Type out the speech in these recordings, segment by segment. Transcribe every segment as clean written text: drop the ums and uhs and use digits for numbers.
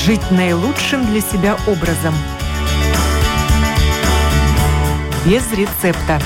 Жить наилучшим для себя образом. Без рецепта.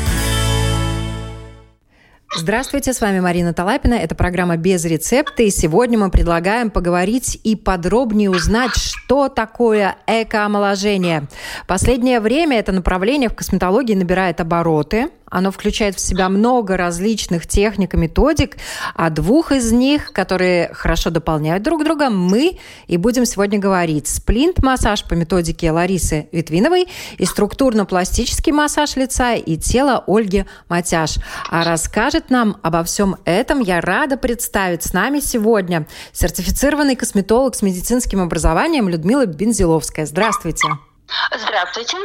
Здравствуйте, с вами Марина Талапина. Это программа «Без рецепта». И сегодня мы предлагаем поговорить и подробнее узнать, что такое экоомоложение. В последнее время это направление в косметологии набирает обороты. Оно включает в себя много различных техник и методик, а двух из них, которые хорошо дополняют друг друга, мы и будем сегодня говорить. Сплинт-массаж по методике Ларисы Витвиновой и структурно-пластический массаж лица и тела Ольги Матяш. А расскажет нам обо всем этом я рада представить с нами сегодня сертифицированный косметолог с медицинским образованием Людмила Бензиловская. Здравствуйте. Здравствуйте.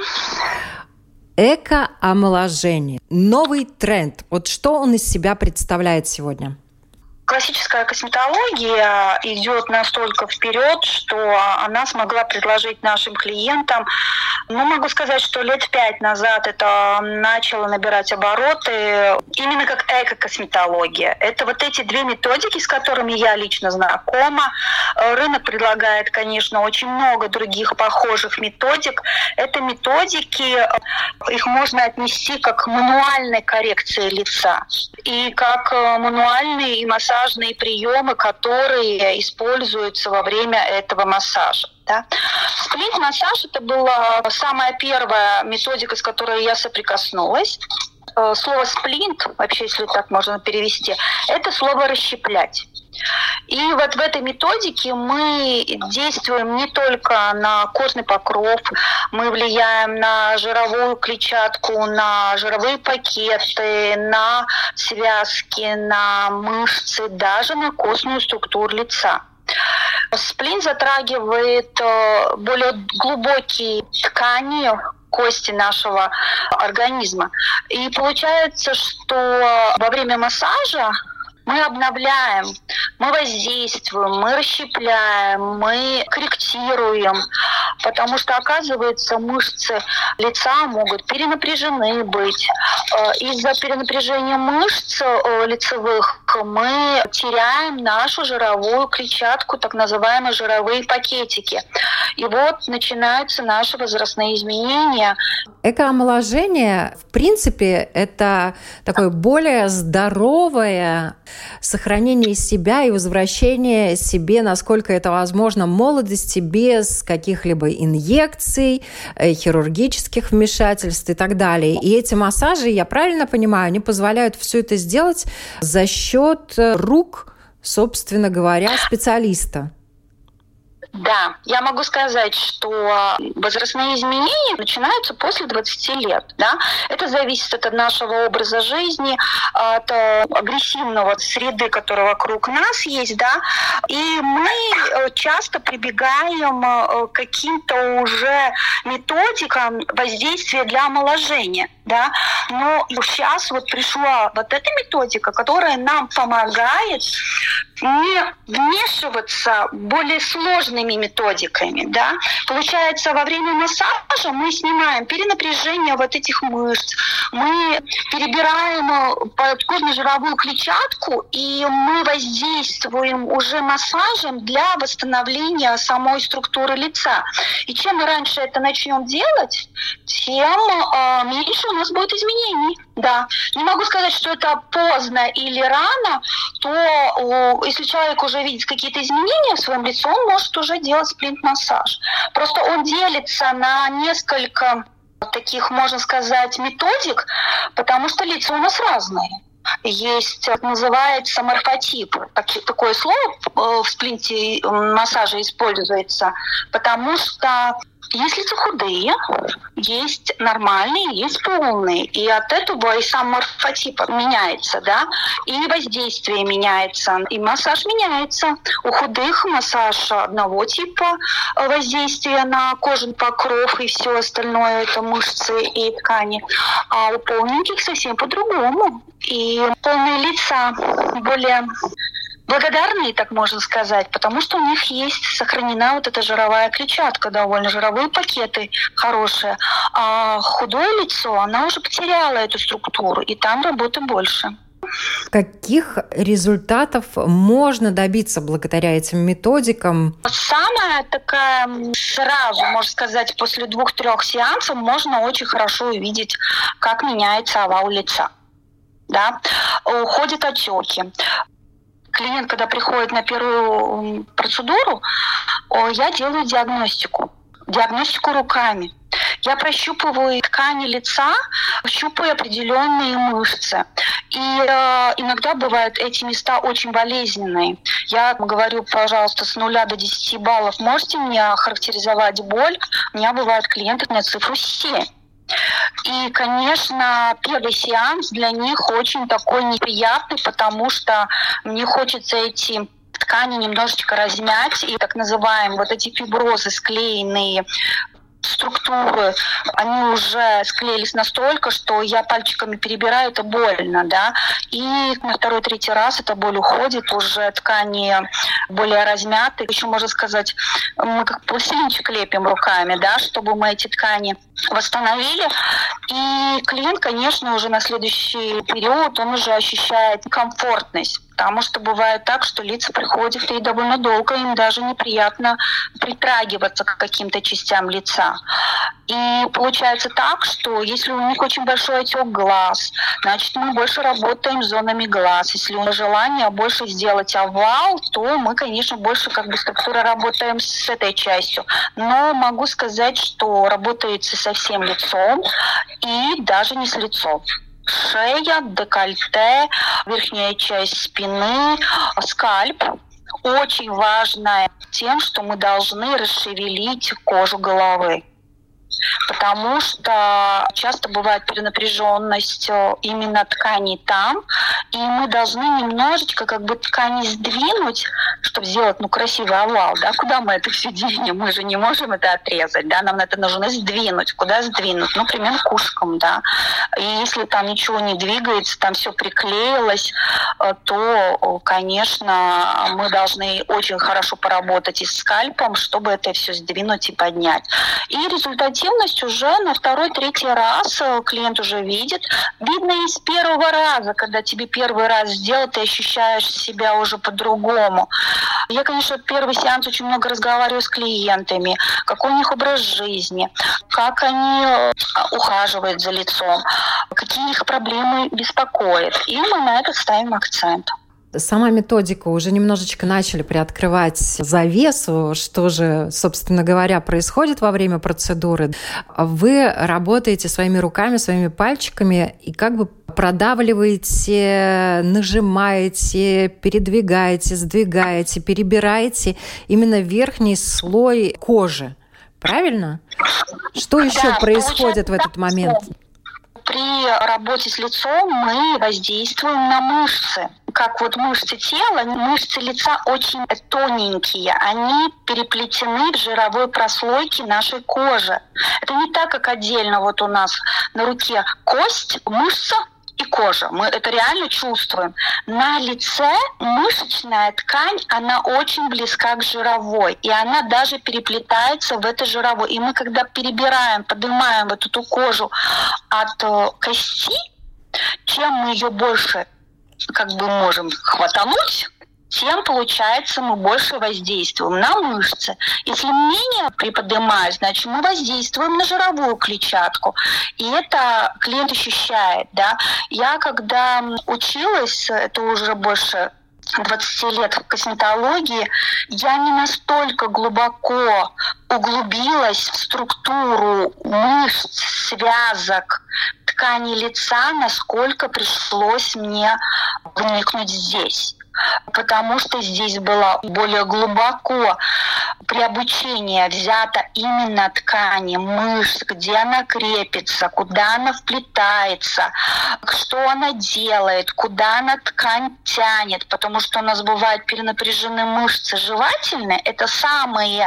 Экоомоложение. Новый тренд. Вот что он из себя представляет сегодня? Классическая косметология идет настолько вперед, что она смогла предложить нашим клиентам, могу сказать, что лет 5 назад это начало набирать обороты, именно как эко-косметология. Это вот эти две методики, с которыми я лично знакома. Рынок предлагает, конечно, очень много других похожих методик. Это методики, их можно отнести как к мануальной коррекции лица и как мануальные и массажные приемы, которые используются во время этого массажа. Да? Сплинт-массаж – это была самая первая методика, с которой я соприкоснулась. Слово «сплинт», вообще, если так можно перевести, это слово «расщеплять». И вот в этой методике мы действуем не только на кожный покров, мы влияем на жировую клетчатку, на жировые пакеты, на связки, на мышцы, даже на костную структуру лица. Сплинт затрагивает более глубокие ткани, кости нашего организма. И получается, что во время массажа мы обновляем, мы воздействуем, мы расщепляем, мы корректируем, потому что, оказывается, мышцы лица могут перенапряжены быть. Из-за перенапряжения мышц лицевых мы теряем нашу жировую клетчатку, так называемые жировые пакетики. И вот начинаются наши возрастные изменения. Экоомоложение, в принципе, это такое более здоровое сохранение себя и возвращение себе, насколько это возможно, молодости без каких-либо инъекций, хирургических вмешательств и так далее. И эти массажи, я правильно понимаю, они позволяют все это сделать за счет рук, собственно говоря, специалиста. Да, я могу сказать, что возрастные изменения начинаются после 20 лет. Да? Это зависит от нашего образа жизни, от агрессивного среды, которая вокруг нас есть. Да? И мы часто прибегаем к каким-то уже методикам воздействия для омоложения. Да? Но сейчас вот пришла вот эта методика, которая нам помогает не вмешиваться более сложными методиками. Да? Получается, во время массажа мы снимаем перенапряжение вот этих мышц, мы перебираем подкожно-жировую клетчатку, и мы воздействуем уже массажем для восстановления самой структуры лица. И чем мы раньше это начнем делать, тем меньше у нас будет изменений. Да. Не могу сказать, что это поздно или рано, то если человек уже видит какие-то изменения в своем лице, он может уже делать сплинт-массаж. Просто он делится на несколько таких, можно сказать, методик, потому что лица у нас разные. Есть, называется, морфотип. Такое слово в сплинте массаже используется, потому что есть лица худые, есть нормальные, есть полные. И от этого и сам морфотип меняется, да, и воздействие меняется, и массаж меняется. У худых массаж одного типа воздействия на кожный покров и все остальное, это мышцы и ткани, а у полненьких совсем по-другому. И полные лица более благодарные, так можно сказать, потому что у них есть сохранена вот эта жировая клетчатка довольно, жировые пакеты хорошие. А худое лицо, она уже потеряла эту структуру, и там работы больше. Каких результатов можно добиться благодаря этим методикам? Самая такая сразу, можно сказать, после 2-3 сеансов можно очень хорошо увидеть, как меняется овал лица. Да? Уходят отеки. Клиент, когда приходит на первую процедуру, я делаю диагностику руками. Я прощупываю ткани лица, щупаю определенные мышцы. И иногда бывают эти места очень болезненные. Я говорю, пожалуйста, с 0 до 10 баллов можете мне охарактеризовать боль? У меня бывают клиенты на цифру 7. И, конечно, первый сеанс для них очень такой неприятный, потому что мне хочется эти ткани немножечко размять, и так называемые вот эти фиброзы, склеенные структуры, они уже склеились настолько, что я пальчиками перебираю, это больно, да, и на 2-3 раз эта боль уходит, уже ткани более размяты. Еще можно сказать, мы как пластилинчик лепим руками, да, чтобы мы эти ткани восстановили. И клиент, конечно, уже на следующий период, он уже ощущает комфортность. Потому что бывает так, что лица приходят и довольно долго, им даже неприятно притрагиваться к каким-то частям лица. И получается так, что если у них очень большой отек глаз, значит, мы больше работаем с зонами глаз. Если у них желание больше сделать овал, то мы, конечно, больше структура работаем с этой частью. Но могу сказать, что работает со всем лицом и даже не с лицом. Шея, декольте, верхняя часть спины, скальп. Очень важно тем, что мы должны расшевелить кожу головы. Потому что часто бывает перенапряженность именно тканей там, и мы должны немножечко ткани сдвинуть, чтобы сделать красивый овал. Да? Куда мы это все денем? Мы же не можем это отрезать. Да? Нам это нужно сдвинуть. Куда сдвинуть? Примерно к ушкам. Да? И если там ничего не двигается, там все приклеилось, то, конечно, мы должны очень хорошо поработать и с скальпом, чтобы это все сдвинуть и поднять. И результативность уже на 2-3 раз клиент уже видит. Видно и с первого раза, когда тебе первый раз сделал, ты ощущаешь себя уже по-другому. Я, конечно, первый сеанс очень много разговариваю с клиентами, какой у них образ жизни, как они ухаживают за лицом, какие их проблемы беспокоят. И мы на это ставим акцент. Сама методика, уже немножечко начали приоткрывать завесу, что же, собственно говоря, происходит во время процедуры. Вы работаете своими руками, своими пальчиками и продавливаете, нажимаете, передвигаете, сдвигаете, перебираете именно верхний слой кожи. Правильно? Что еще происходит в этот момент? При работе с лицом мы воздействуем на мышцы. Как мышцы тела, мышцы лица очень тоненькие. Они переплетены в жировой прослойке нашей кожи. Это не так, как отдельно у нас на руке кость, мышца и кожа. Мы это реально чувствуем. На лице мышечная ткань, она очень близка к жировой. И она даже переплетается в этой жировой. И мы, когда перебираем, поднимаем эту кожу от кости, чем мы ее больше можем хватануть, тем, получается, мы больше воздействуем на мышцы. Если менее приподнимаем, значит, мы воздействуем на жировую клетчатку. И это клиент ощущает. Да? Я, когда училась, это уже больше 20 лет в косметологии, я не настолько глубоко углубилась в структуру мышц, связок, ткани лица, насколько пришлось мне вникнуть здесь. Потому что здесь было более глубоко при обучении взята именно ткани, мышц, где она крепится, куда она вплетается, что она делает, куда она ткань тянет. Потому что у нас бывают перенапряжены мышцы жевательные. Это самые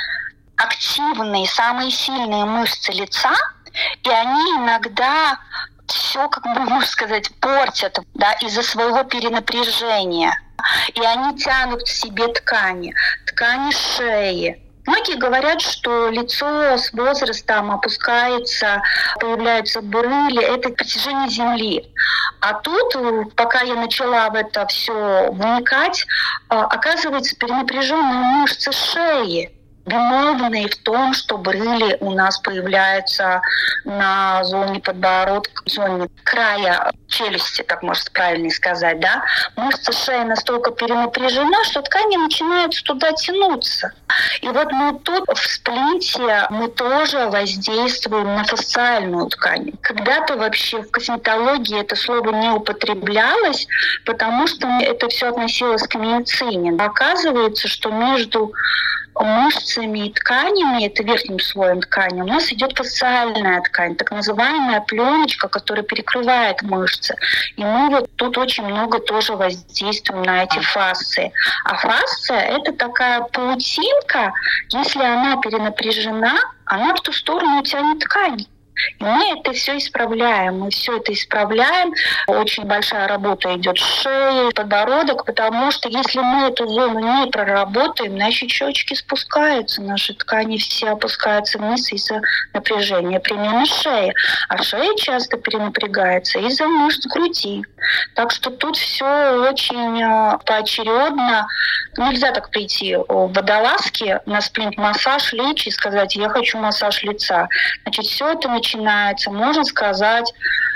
активные, самые сильные мышцы лица. И они иногда все, можно сказать, портят, да, из-за своего перенапряжения. И они тянут к себе ткани шеи, Многие говорят, что лицо с возрастом опускается, появляются брыли, это протяжение Земли. А тут, пока я начала в это все вникать, оказывается, перенапряженные мышцы шеи виновные в том, что брыли у нас появляются на зоне подбородка, в зоне края челюсти, так можно правильно сказать, да? Мышца шеи настолько перенапряжена, что ткани начинают туда тянуться. И вот мы тут в сплинте мы тоже воздействуем на фасциальную ткань. Когда-то вообще в косметологии это слово не употреблялось, потому что это все относилось к медицине. Оказывается, что между мышцами и тканями, это верхним слоем ткани, у нас идет фасциальная ткань, так называемая пленочка, которая перекрывает мышцы. И мы вот тут очень много тоже воздействуем на эти фасции. А фасция — это такая паутинка, если она перенапряжена, она в ту сторону тянет ткань. И мы это все исправляем. Мы все это исправляем. Очень большая работа идет с шеей, подбородок, потому что если мы эту зону не проработаем, наши щечки спускаются, наши ткани все опускаются вниз из-за напряжения примерно шеи. А шея часто перенапрягается из-за мышц груди. Так что тут все очень поочередно. Нельзя так прийти в водолазке на сплинт-массаж, лечь и сказать: я хочу массаж лица. Значит, все это начинается, можно сказать,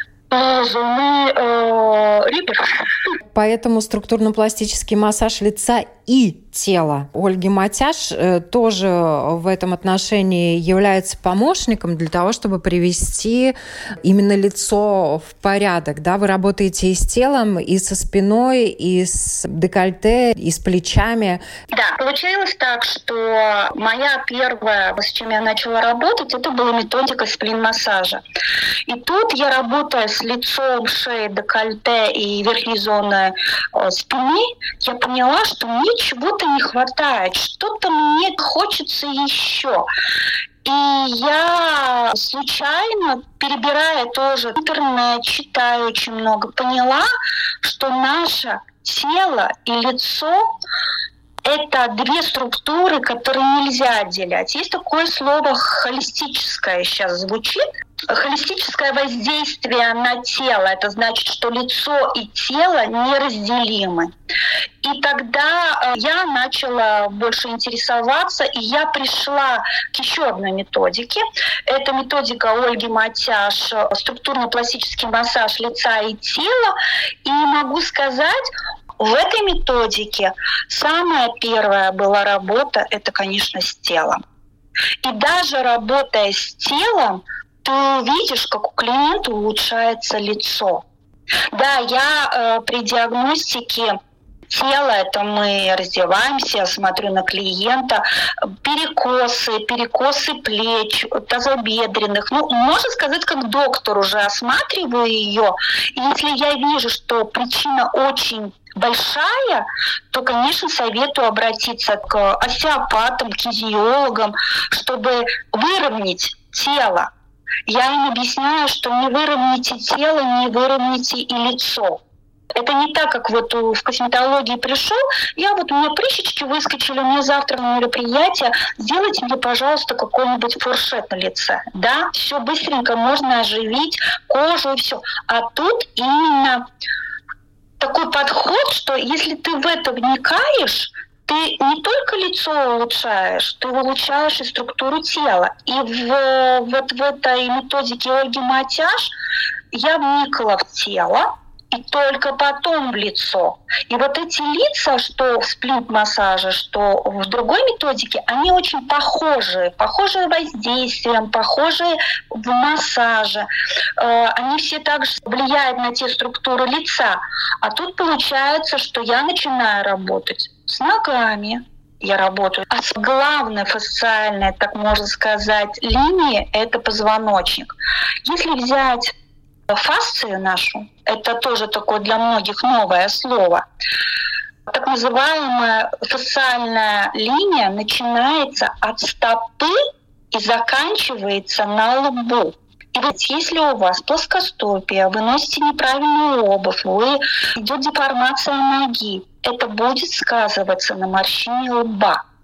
зоны ребер. Поэтому структурно-пластический массаж лица и тела Ольги Матяш тоже в этом отношении является помощником для того, чтобы привести именно лицо в порядок. Да? Вы работаете и с телом, и со спиной, и с декольте, и с плечами. Да, получилось так, что моя первая, с чем я начала работать, это была методика сплин-массажа. И тут я, работая с лицом, шеей, декольте и верхней зоны спины, я поняла, что мне чего-то не хватает, что-то мне хочется еще. И я случайно, перебирая тоже интернет, читаю очень много, поняла, что наше тело и лицо — это две структуры, которые нельзя отделять. Есть такое слово холистическое, сейчас звучит. Холистическое воздействие на тело — это значит, что лицо и тело неразделимы. И тогда я начала больше интересоваться, и я пришла к еще одной методике. Это методика Ольги Матяш, структурно-пластический массаж лица и тела. И могу сказать, в этой методике самая первая была работа — это, конечно, с телом. И даже работая с телом, ты увидишь, как у клиента улучшается лицо. Да, я при диагностике тела, это мы раздеваемся, я смотрю на клиента, перекосы плеч, тазобедренных. Можно сказать, как доктор уже осматриваю ее. И если я вижу, что причина очень большая, то, конечно, советую обратиться к остеопатам, к кинезиологам, чтобы выровнять тело. Я им объясняю, что не выровняйте тело, не выровняйте и лицо. Это не так, как вот в косметологии пришел, у меня прыщички выскочили, у меня завтра на мероприятие, сделайте мне, пожалуйста, какой-нибудь фуршет на лице. Да, все быстренько можно оживить кожу и все. А тут именно такой подход, что если ты в это вникаешь, ты не только лицо улучшаешь, ты улучшаешь и структуру тела. И вот в этой методике Ольги Матяш я вникла в тело, и только потом в лицо. И вот эти лица, что в сплинт-массаже, что в другой методике, они очень похожие воздействием, похожие в массаже. Они все также влияют на те структуры лица. А тут получается, что я начинаю работать с ногами. Я работаю. А главная фасциальная, так можно сказать, линия — это позвоночник. Если взять фасцию нашу, это тоже такое для многих новое слово. Так называемая фасциальная линия начинается от стопы и заканчивается на лбу. И вот если у вас плоскостопие, вы носите неправильную обувь, идет деформация ноги, это будет сказываться на морщине лба.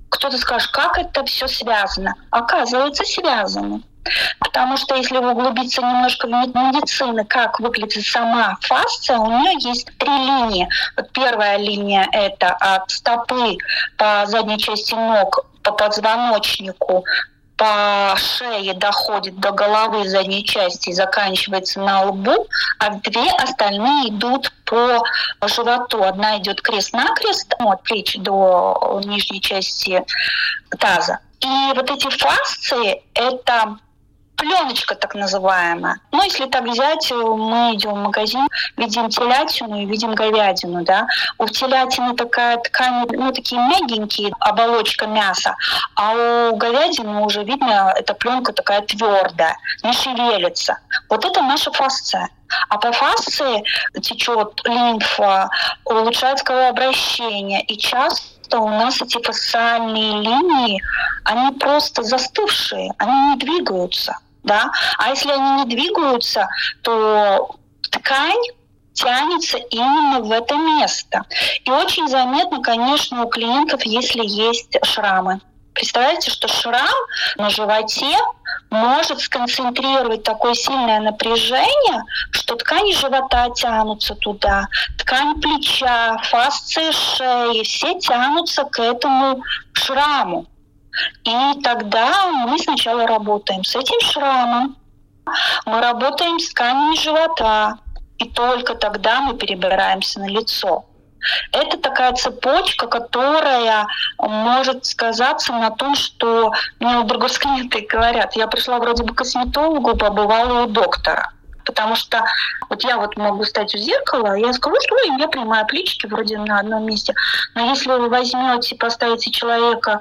Кто-то скажет, как это все связано? Оказывается, связано. Потому что если углубиться немножко в медицину, как выглядит сама фасция, у нее есть 3 линии. Вот первая линия – это от стопы по задней части ног, по позвоночнику, по шее доходит до головы задней части и заканчивается на лбу, а 2 остальные идут по животу. Одна идет крест-накрест от плеч до нижней части таза. И вот эти фасции – это пленочка так называемая. Ну, если так взять, мы идем в магазин, видим телятину и видим говядину, да. У телятины такая ткань, такие мягенькие, оболочка мяса, а у говядины уже видно, эта пленка такая твердая, не шевелится. Вот это наша фасция. А по фасции течет лимфа, улучшается кровообращение, и часто у нас эти фасциальные линии, они просто застывшие, они не двигаются. Да? А если они не двигаются, то ткань тянется именно в это место. И очень заметно, конечно, у клиентов, если есть шрамы. Представляете, что шрам на животе может сконцентрировать такое сильное напряжение, что ткани живота тянутся туда, ткань плеча, фасции шеи, все тянутся к этому шраму. И тогда мы сначала работаем с этим шрамом, мы работаем с тканями живота, и только тогда мы перебираемся на лицо. Это такая цепочка, которая может сказаться на том, что мне другие клиенты говорят, я пришла вроде бы к косметологу, побывала у доктора. Потому что вот я могу стать у зеркала, я скажу, что я принимаю плечики вроде на одном месте. Но если вы возьмете, поставите человека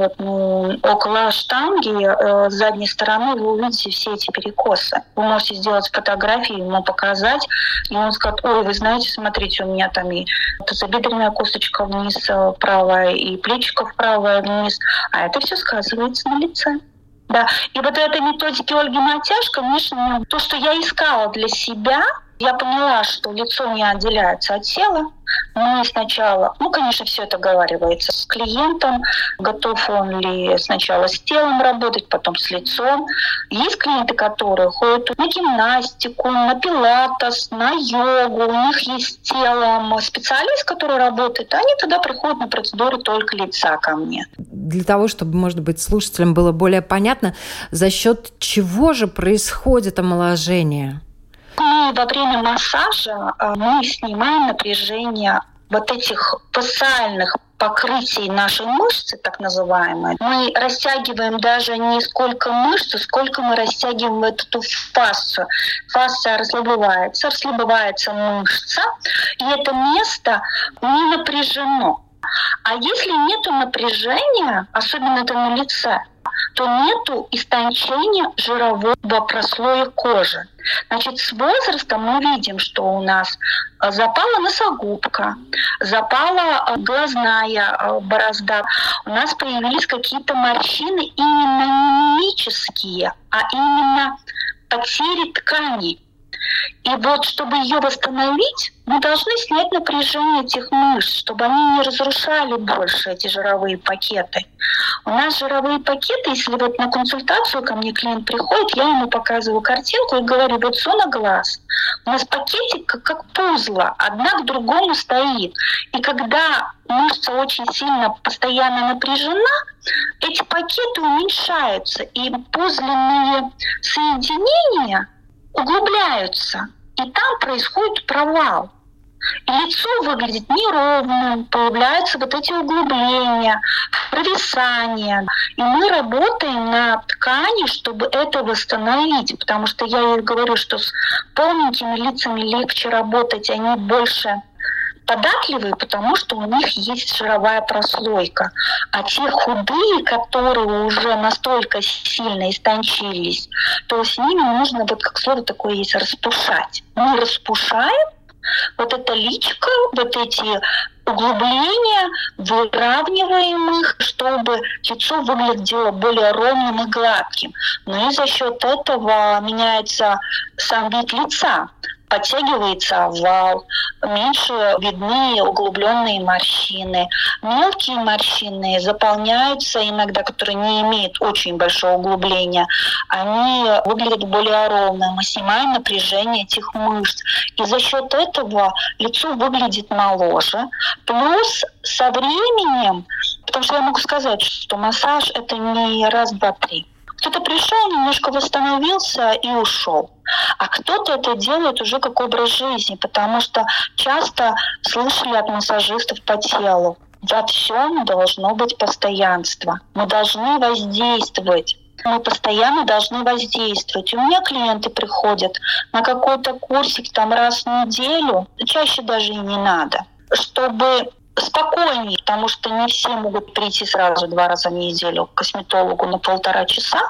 около штанги, с задней стороны, вы увидите все эти перекосы. Вы можете сделать фотографии, ему показать, и он скажет, ой, вы знаете, смотрите, у меня там и тазобедренная косточка вниз правая, и плечико правое вниз. А это все сказывается на лице. Да. И вот этой методики Ольги Матяш, конечно, то, что я искала для себя, я поняла, что лицо не отделяется от тела. Мы сначала, конечно, все это оговаривается с клиентом, готов он ли сначала с телом работать, потом с лицом. Есть клиенты, которые ходят на гимнастику, на пилатес, на йогу, у них есть с телом специалист, который работает, они тогда приходят на процедуры только лица ко мне. Для того, чтобы, может быть, слушателям было более понятно, за счет чего же происходит омоложение? Во время массажа мы снимаем напряжение вот этих фасциальных покрытий нашей мышцы, так называемой. Мы растягиваем даже не сколько мышцу, сколько мы растягиваем эту фасцию. Фасция расслабляется мышца, и это место не напряжено. А если нет напряжения, особенно это на лице, то нету истончения жирового прослоя кожи. Значит, с возрастом мы видим, что у нас запала носогубка, запала глазная борозда, у нас появились какие-то морщины именно не мимические, а именно потери тканей. И вот, чтобы ее восстановить, мы должны снять напряжение этих мышц, чтобы они не разрушали больше эти жировые пакеты. У нас жировые пакеты, если на консультацию ко мне клиент приходит, я ему показываю картинку и говорю, на глаз. У нас пакетик как пузло, одна к другому стоит. И когда мышца очень сильно постоянно напряжена, эти пакеты уменьшаются, и пузленные соединения углубляются, и там происходит провал. И лицо выглядит неровным, появляются вот эти углубления, провисания. И мы работаем на ткани, чтобы это восстановить, потому что я говорю, что с полненькими лицами легче работать, они больше податливые, потому что у них есть жировая прослойка. А те худые, которые уже настолько сильно истончились, то с ними нужно, как слово такое есть, распушать. Мы распушаем вот это личико, вот эти углубления, выравниваем их, чтобы лицо выглядело более ровным и гладким. Но и за счет этого меняется сам вид лица. подтягивается овал, меньше видны углубленные морщины. Мелкие морщины заполняются иногда, которые не имеют очень большого углубления. Они выглядят более ровно. Мы снимаем напряжение этих мышц. И за счет этого лицо выглядит моложе. Плюс со временем, потому что я могу сказать, что массаж – это не раз, два, три. Кто-то пришел, немножко восстановился и ушел. А кто-то это делает уже как образ жизни, потому что часто слышали от массажистов по телу: во всем должно быть постоянство. Мы должны воздействовать. Мы постоянно должны воздействовать. И у меня клиенты приходят на какой-то курсик там раз в неделю, чаще даже и не надо, чтобы спокойнее, потому что не все могут прийти сразу 2 раза в неделю к косметологу на 1,5 часа.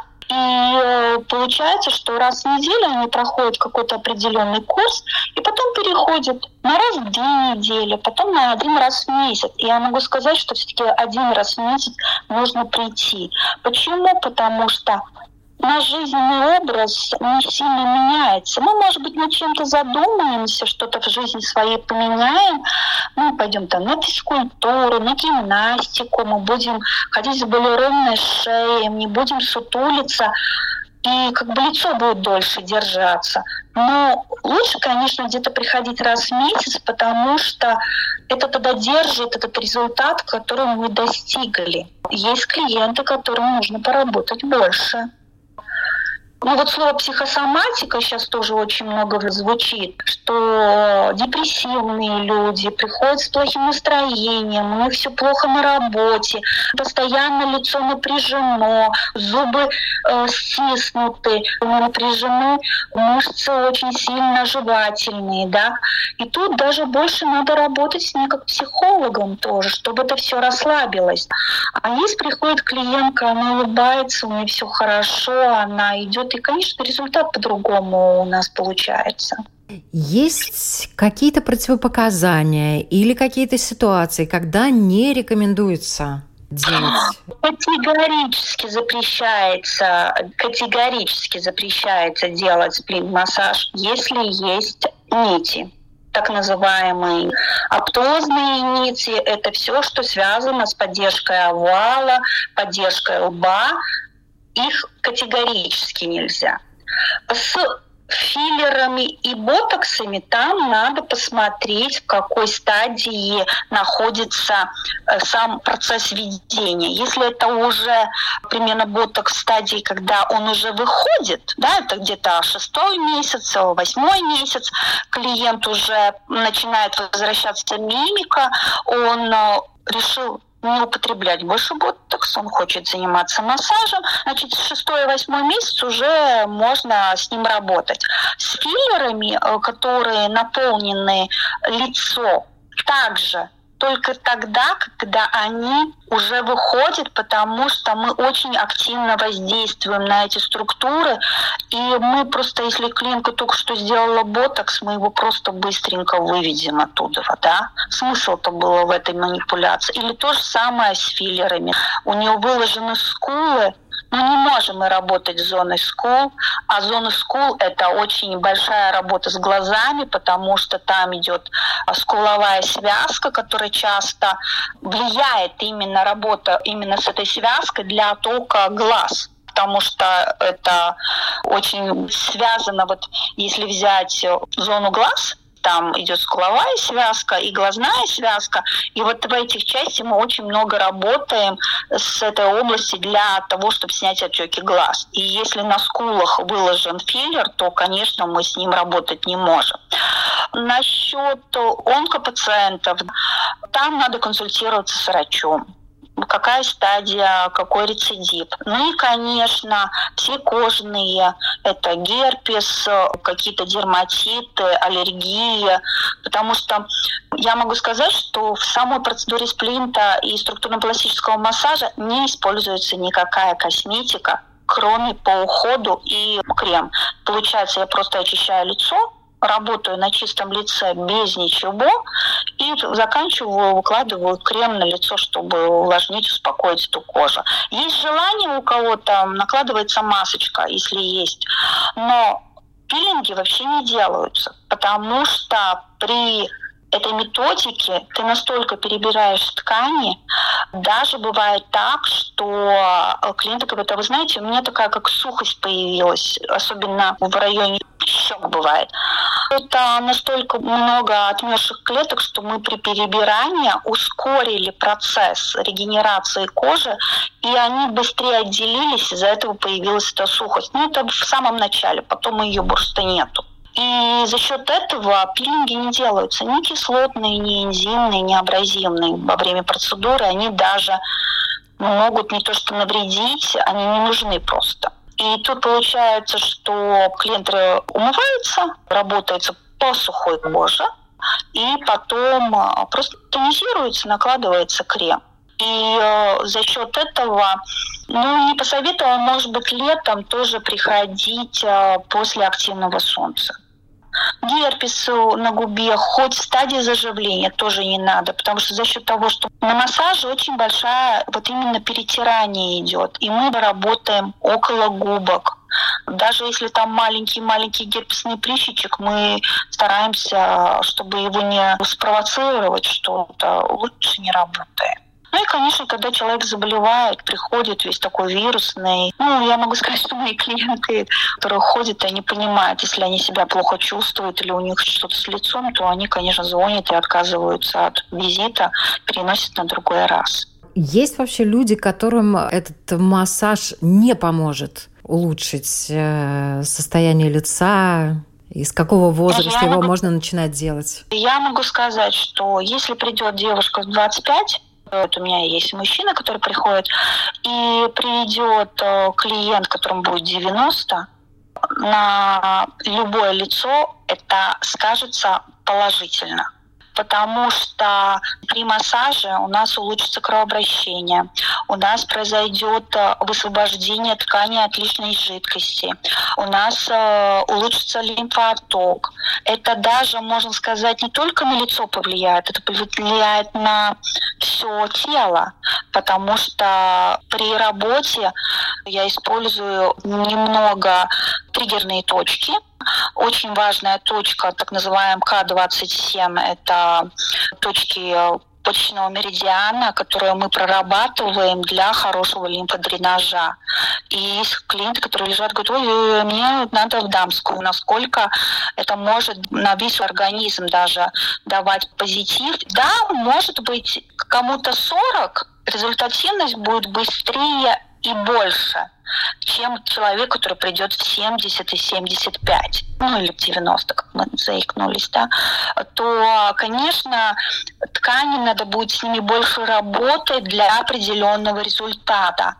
И получается, что раз в неделю они проходят какой-то определенный курс, и потом переходят на раз в 2 недели, потом на 1 раз в месяц. И я могу сказать, что все-таки 1 раз в месяц нужно прийти. Почему? Потому что наш жизненный образ не сильно меняется. Мы, может быть, над чем-то задумаемся, что-то в жизни своей поменяем. Мы пойдем там на физкультуру, на гимнастику, мы будем ходить с более ровной шеей, не будем сутулиться. И как бы лицо будет дольше держаться. Но лучше, конечно, где-то приходить раз в месяц, потому что это тогда держит этот результат, который мы достигли. Есть клиенты, которым нужно поработать больше. Ну вот слово психосоматика сейчас тоже очень много звучит, что депрессивные люди приходят с плохим настроением, у них все плохо на работе, постоянно лицо напряжено, зубы стиснуты, напряжены мышцы очень сильно жевательные, да. И тут даже больше надо работать с ней как психологом тоже, чтобы это все расслабилось. А если приходит клиентка, она улыбается, у нее все хорошо, она идет, и, конечно, результат по-другому у нас получается. Есть какие-то противопоказания или какие-то ситуации, когда не рекомендуется делать? Категорически запрещается делать сплин-массаж, если есть нити. Так называемые аптозные нити – это все, что связано с поддержкой овала, поддержкой лба. Их категорически нельзя. С филлерами и ботоксами там надо посмотреть, в какой стадии находится сам процесс введения. Если это уже примерно ботокс в стадии, когда он уже выходит, да, это где-то 6-й месяц, 8-й месяц, клиент уже начинает возвращаться мимика, он решил не употреблять больше ботокс, он хочет заниматься массажем, значит, с 6-й и 8-й месяц уже можно с ним работать. С филлерами, которые наполнены лицо, также только тогда, когда они уже выходят, потому что мы очень активно воздействуем на эти структуры, и мы просто, если клиентка только что сделала ботокс, мы его просто быстренько выведем оттуда, да? Смысл-то было в этой манипуляции. Или то же самое с филлерами. У нее выложены скулы, но не можем мы работать с зоной скул, а зона скул – это очень большая работа с глазами, потому что там идет скуловая связка, которая часто влияет именно работа именно с этой связкой для оттока глаз. Потому что это очень связано, вот если взять зону глаз, там идет скуловая связка и глазная связка. И вот в этих частях мы очень много работаем с этой области для того, чтобы снять отеки глаз. И если на скулах выложен филлер, то, конечно, мы с ним работать не можем. Насчет онкопациентов, там надо консультироваться с врачом. Какая стадия, какой рецидив. Ну и, конечно, все кожные, это герпес, какие-то дерматиты, аллергии, потому что я могу сказать, что в самой процедуре сплинта и структурно-пластического массажа не используется никакая косметика, кроме по уходу и крем. Получается, я просто очищаю лицо, работаю на чистом лице без ничего и заканчиваю, выкладываю крем на лицо, чтобы увлажнить, успокоить эту кожу. Есть желание у кого-то, накладывается масочка, если есть, но пилинги вообще не делаются, потому что при этой методике ты настолько перебираешь ткани, даже бывает так, что клиенты говорят: а вы знаете, у меня такая как сухость появилась, особенно в районе щек бывает. Это настолько много отмерших клеток, что мы при перебирании ускорили процесс регенерации кожи, и они быстрее отделились, из-за этого появилась эта сухость. Но это в самом начале, потом ее просто нету. И за счет этого пилинги не делаются ни кислотные, ни энзимные, ни абразивные. Во время процедуры они даже могут не то что навредить, они не нужны просто. И тут получается, что клиенты умываются, работается по сухой коже, и потом просто тонизируется, накладывается крем. И за счет этого, не посоветовала, может быть, летом тоже приходить после активного солнца. Герпес на губе, хоть в стадии заживления, тоже не надо, потому что за счет того, что на массаже очень большая вот именно перетирание идет, и мы работаем около губок. Даже если там маленький герпесный прыщичек, мы стараемся, чтобы его не спровоцировать что-то, лучше не работаем. Ну и, конечно, когда человек заболевает, приходит весь такой вирусный. Я могу сказать, что мои клиенты, которые ходят, они понимают, если они себя плохо чувствуют или у них что-то с лицом, то они, конечно, звонят и отказываются от визита, переносят на другой раз. Есть вообще люди, которым этот массаж не поможет улучшить состояние лица? Из какого возраста его можно начинать делать? Я могу сказать, что если придет девушка в 25, вот у меня есть мужчина, который приходит, и придет клиент, которому будет 90, на любое лицо это скажется положительно. Потому что при массаже у нас улучшится кровообращение, у нас произойдет высвобождение ткани от лишней жидкости, у нас улучшится лимфооток. Это даже, можно сказать, не только на лицо повлияет, это повлияет на все тело, потому что при работе я использую немного триггерные точки. Очень важная точка, так называемая К27, это точки почечного меридиана, которые мы прорабатываем для хорошего лимфодренажа. И есть клиенты, которые лежат, говорят: ой, мне надо в дамскую. Насколько это может на весь организм даже давать позитив? Да, может быть, кому-то 40, результативность будет быстрее и больше, чем человек, который придет в 70 и 75, или в 90, как мы заикнулись, да, то, конечно, ткани надо будет с ними больше работать для определенного результата.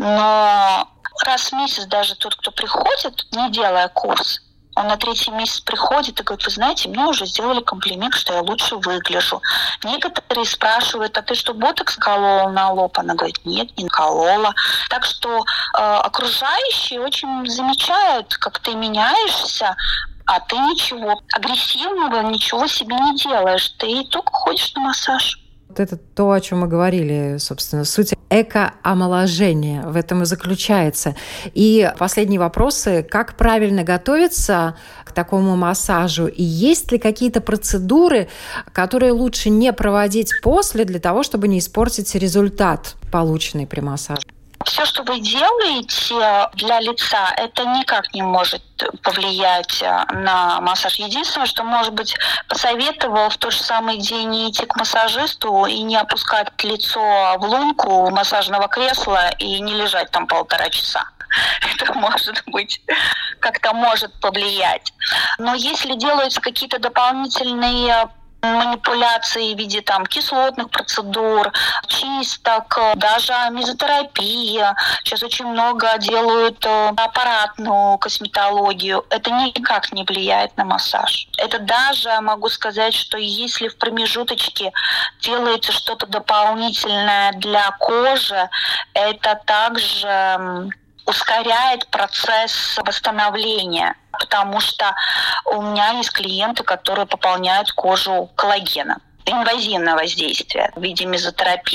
Но раз в месяц даже тот, кто приходит, не делая курс, он на 3-й месяц приходит и говорит: вы знаете, мне уже сделали комплимент, что я лучше выгляжу. Некоторые спрашивают: а ты что, ботокс колола на лоб? Она говорит: нет, не колола. Так что окружающие очень замечают, как ты меняешься, а ты ничего агрессивного, ничего себе не делаешь. Ты только ходишь на массаж. Вот это то, о чем мы говорили, собственно, суть эко-омоложения в этом и заключается. И последние вопросы: как правильно готовиться к такому массажу? И есть ли какие-то процедуры, которые лучше не проводить после, для того, чтобы не испортить результат, полученный при массаже? Все, что вы делаете для лица, это никак не может повлиять на массаж. Единственное, что, может быть, посоветовал в тот же самый день не идти к массажисту и не опускать лицо в лунку массажного кресла и не лежать там 1,5 часа. Это, может быть, как-то может повлиять. Но если делаются какие-то дополнительные манипуляции в виде кислотных процедур, чисток, даже мезотерапия. Сейчас очень много делают аппаратную косметологию. Это никак не влияет на массаж. Это даже, могу сказать, что если в промежуточке делается что-то дополнительное для кожи, это также ускоряет процесс восстановления, потому что у меня есть клиенты, которые пополняют кожу коллагеном. Инвазивное воздействие в виде мезотерапии.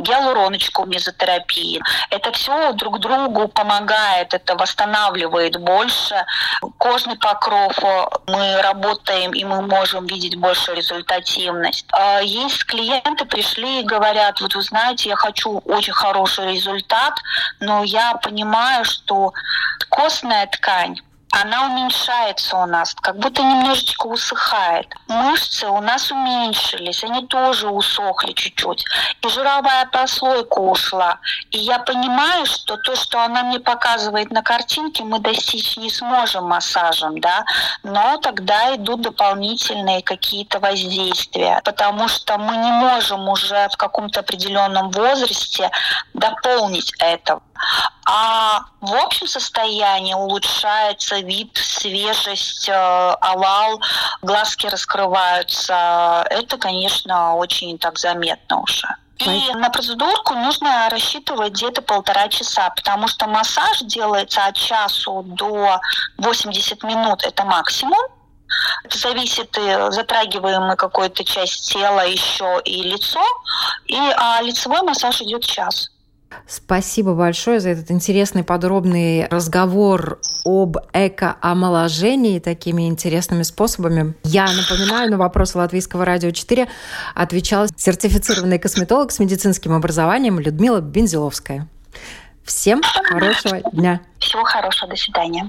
гиалуроночку мезотерапии. Это все друг другу помогает, это восстанавливает больше. Кожный покров мы работаем, и мы можем видеть большую результативность. Есть клиенты, пришли и говорят, вот вы знаете, я хочу очень хороший результат, но я понимаю, что костная ткань, она уменьшается у нас, как будто немножечко усыхает. Мышцы у нас уменьшились, они тоже усохли чуть-чуть. И жировая прослойка ушла. И я понимаю, что то, что она мне показывает на картинке, мы достичь не сможем массажем, да, но тогда идут дополнительные какие-то воздействия, потому что мы не можем уже в каком-то определенном возрасте дополнить это. А в общем состоянии улучшается вид, свежесть, овал, глазки раскрываются. Это, конечно, очень так заметно уже. И на процедурку нужно рассчитывать где-то 1,5 часа, потому что массаж делается от часу до 80 минут, это максимум. Это зависит, затрагиваем мы какую-то часть тела, еще и лицо, а лицевой массаж идет час. Спасибо большое за этот интересный подробный разговор об эко-омоложении такими интересными способами. Я напоминаю, на вопросы Латвийского радио 4 отвечала сертифицированный косметолог с медицинским образованием Людмила Бензиловская. Всем хорошего дня. Всего хорошего. До свидания.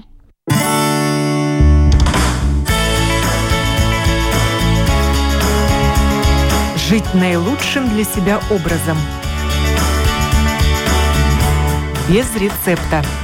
Жить наилучшим для себя образом. Без рецепта.